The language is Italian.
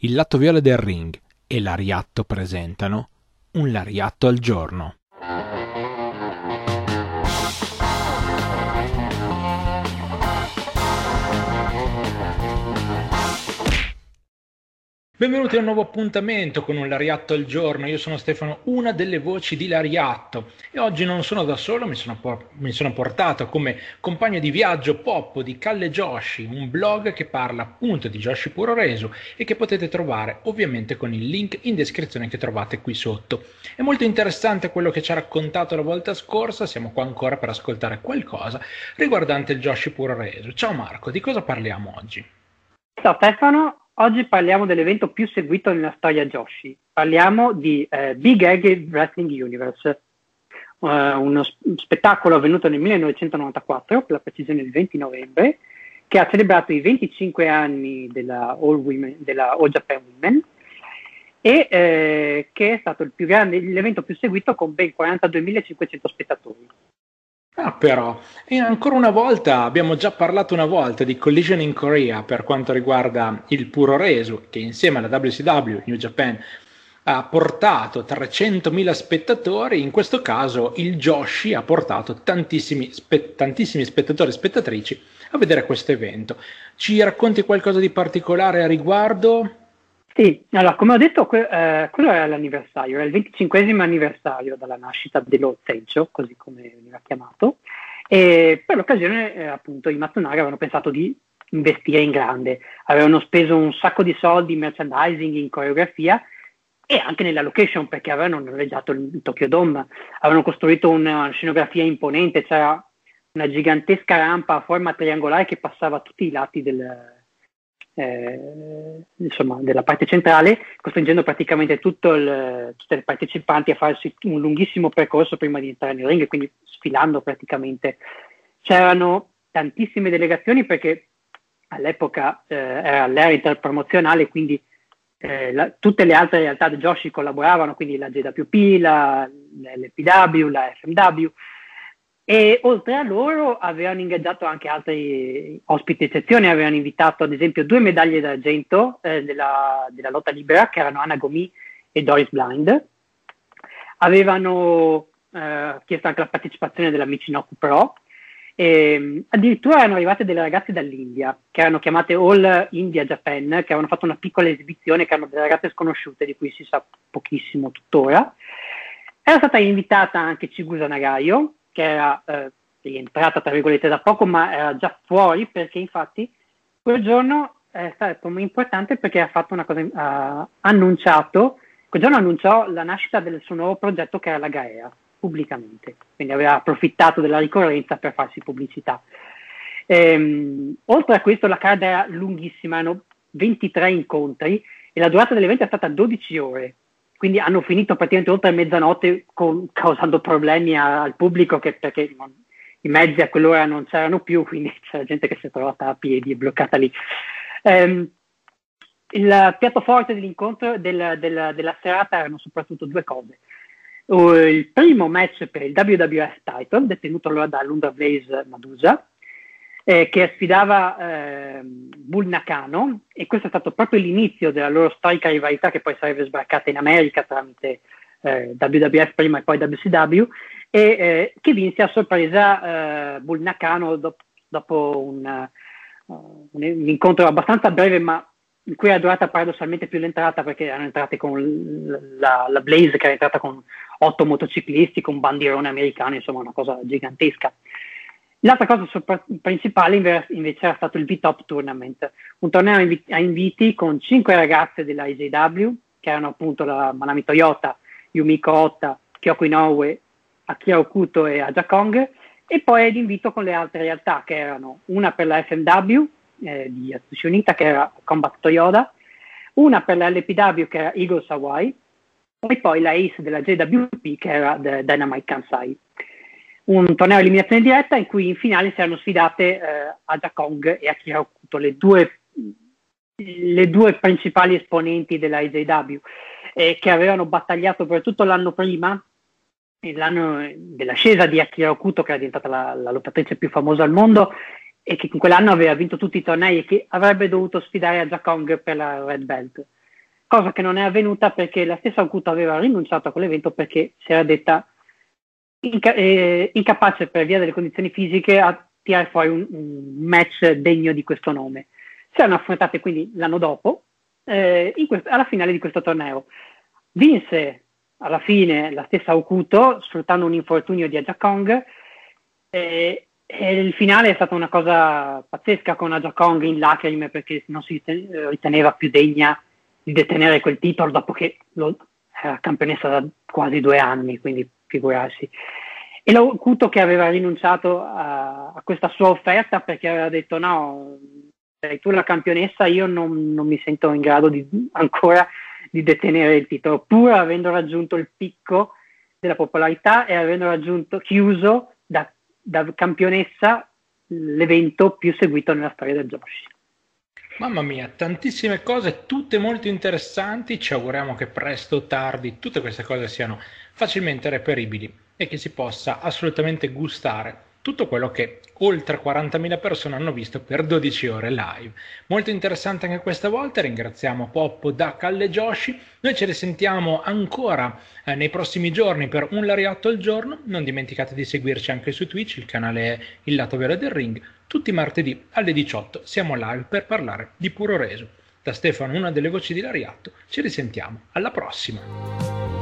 il lato viola del ring e l'Ariatto presentano Un Lariatto al giorno. Benvenuti a un nuovo appuntamento con Un Lariatto al giorno. Io sono Stefano, una delle voci di Lariatto, e oggi non sono da solo, mi sono portato come compagno di viaggio Poppo di Calle Joshi, un blog che parla appunto di Joshi Puroresu e che potete trovare ovviamente con il link in descrizione che trovate qui sotto. È molto interessante quello che ci ha raccontato la volta scorsa, siamo qua ancora per ascoltare qualcosa riguardante il Joshi Puroresu. Ciao Marco, di cosa parliamo oggi? Ciao Stefano. Oggi parliamo dell'evento più seguito nella storia Joshi. Parliamo di Big Egg Wrestling Universe, uno spettacolo avvenuto nel 1994, per la precisione il 20 novembre, che ha celebrato i 25 anni della All Japan Women e che è stato l'evento più seguito con ben 42.500 spettatori. Ah, però, e ancora una volta, abbiamo già parlato una volta di Collision in Korea per quanto riguarda il Puroresu, che insieme alla WCW, New Japan, ha portato 300.000 spettatori. In questo caso il Joshi ha portato tantissimi spettatori e spettatrici a vedere questo evento. Ci racconti qualcosa di particolare a riguardo? Sì, allora, come ho detto, quello era l'anniversario, era il 25esimo anniversario dalla nascita dello Tencho, così come veniva chiamato, e per l'occasione appunto i Matsunari avevano pensato di investire in grande, avevano speso un sacco di soldi in merchandising, in coreografia e anche nella location, perché avevano noleggiato il Tokyo Dome, avevano costruito una scenografia imponente, c'era una gigantesca rampa a forma triangolare che passava a tutti i lati della parte centrale, costringendo praticamente tutte le partecipanti a farsi un lunghissimo percorso prima di entrare nel ring, quindi sfilando praticamente. C'erano tantissime delegazioni perché all'epoca era l'era interpromozionale, quindi tutte le altre realtà di Joshi collaboravano, quindi la JWP, la LPW, la FMW, e oltre a loro avevano ingaggiato anche altri ospiti eccezioni, avevano invitato ad esempio 2 medaglie d'argento della lotta libera, che erano Anna Gomi e Doris Blind. Avevano chiesto anche la partecipazione della Michinoku Pro, e addirittura erano arrivate delle ragazze dall'India che erano chiamate All India Japan, che avevano fatto una piccola esibizione, che erano delle ragazze sconosciute di cui si sa pochissimo tuttora. Era stata invitata anche Chigusa Nagayo, che era rientrata tra virgolette da poco, ma era già fuori, perché infatti quel giorno è stato importante perché ha fatto una cosa, quel giorno annunciò la nascita del suo nuovo progetto, che era la Gaea, pubblicamente, quindi aveva approfittato della ricorrenza per farsi pubblicità. Oltre a questo la card era lunghissima, erano 23 incontri e la durata dell'evento è stata 12 ore. Quindi hanno finito praticamente oltre mezzanotte, causando problemi al pubblico, perché i mezzi a quell'ora non c'erano più, quindi c'era gente che si è trovata a piedi e bloccata lì. Il piatto forte dell'incontro della serata erano soprattutto 2 cose. Il primo match per il WWF title, detenuto allora da Lunda Blaze Madusa, che sfidava Bull Nakano, e questo è stato proprio l'inizio della loro storica rivalità, che poi sarebbe sbarcata in America tramite WWF prima e poi WCW, e che vinse a sorpresa Bull Nakano dopo un incontro abbastanza breve, ma in cui era durata paradossalmente più l'entrata, perché erano entrate con la Blaze, che era entrata con 8 motociclisti, con bandierone americano, insomma una cosa gigantesca. L'altra cosa principale invece era stato il V-Top Tournament, un torneo a inviti con 5 ragazze della IJW, che erano appunto la Manami Toyota, Yumiko Ota, Kyoko Inoue, Akira Okuto e Aja Kong, e poi l'invito con le altre realtà, che erano una per la FMW di Atsushi Unita, che era Combat Toyota, una per la LPW, che era Eagle Hawaii, e poi la Ace della JWP, che era Dynamite Kansai. Un torneo a eliminazione diretta in cui in finale si erano sfidate Aja Kong e Akira Okuto, le due principali esponenti della IJW, che avevano battagliato per tutto l'anno prima, l'anno dell'ascesa di Akira Okuto, che era diventata la lottatrice più famosa al mondo, e che in quell'anno aveva vinto tutti i tornei e che avrebbe dovuto sfidare Aja Kong per la Red Belt. cosa che non è avvenuta perché la stessa Okuto aveva rinunciato a quell'evento perché si era detta incapace per via delle condizioni fisiche a tirare fuori un match degno di questo nome. Si erano affrontate quindi l'anno dopo alla finale di questo torneo. Vinse alla fine la stessa Okuto sfruttando un infortunio di Aja Kong e il finale è stata una cosa pazzesca con Aja Kong in lacrime perché non si riteneva più degna di detenere quel titolo dopo che era campionessa da quasi 2 anni, quindi figurarsi. E l'Okuto che aveva rinunciato a questa sua offerta perché aveva detto no, sei tu la campionessa, io non mi sento in grado ancora di detenere il titolo, pur avendo raggiunto il picco della popolarità e avendo chiuso da campionessa l'evento più seguito nella storia del Joshi. Mamma mia, tantissime cose, tutte molto interessanti. Ci auguriamo che presto o tardi tutte queste cose siano facilmente reperibili e che si possa assolutamente gustare tutto quello che oltre 40.000 persone hanno visto per 12 ore live. Molto interessante anche questa volta, ringraziamo Poppo da Calle Joshi. Noi ci risentiamo ancora nei prossimi giorni per un Lariatto al giorno. Non dimenticate di seguirci anche su Twitch, il canale è Il Lato Vero del Ring. Tutti i martedì alle 18 siamo live per parlare di puro reso. Da Stefano, una delle voci di Lariatto, ci risentiamo. Alla prossima!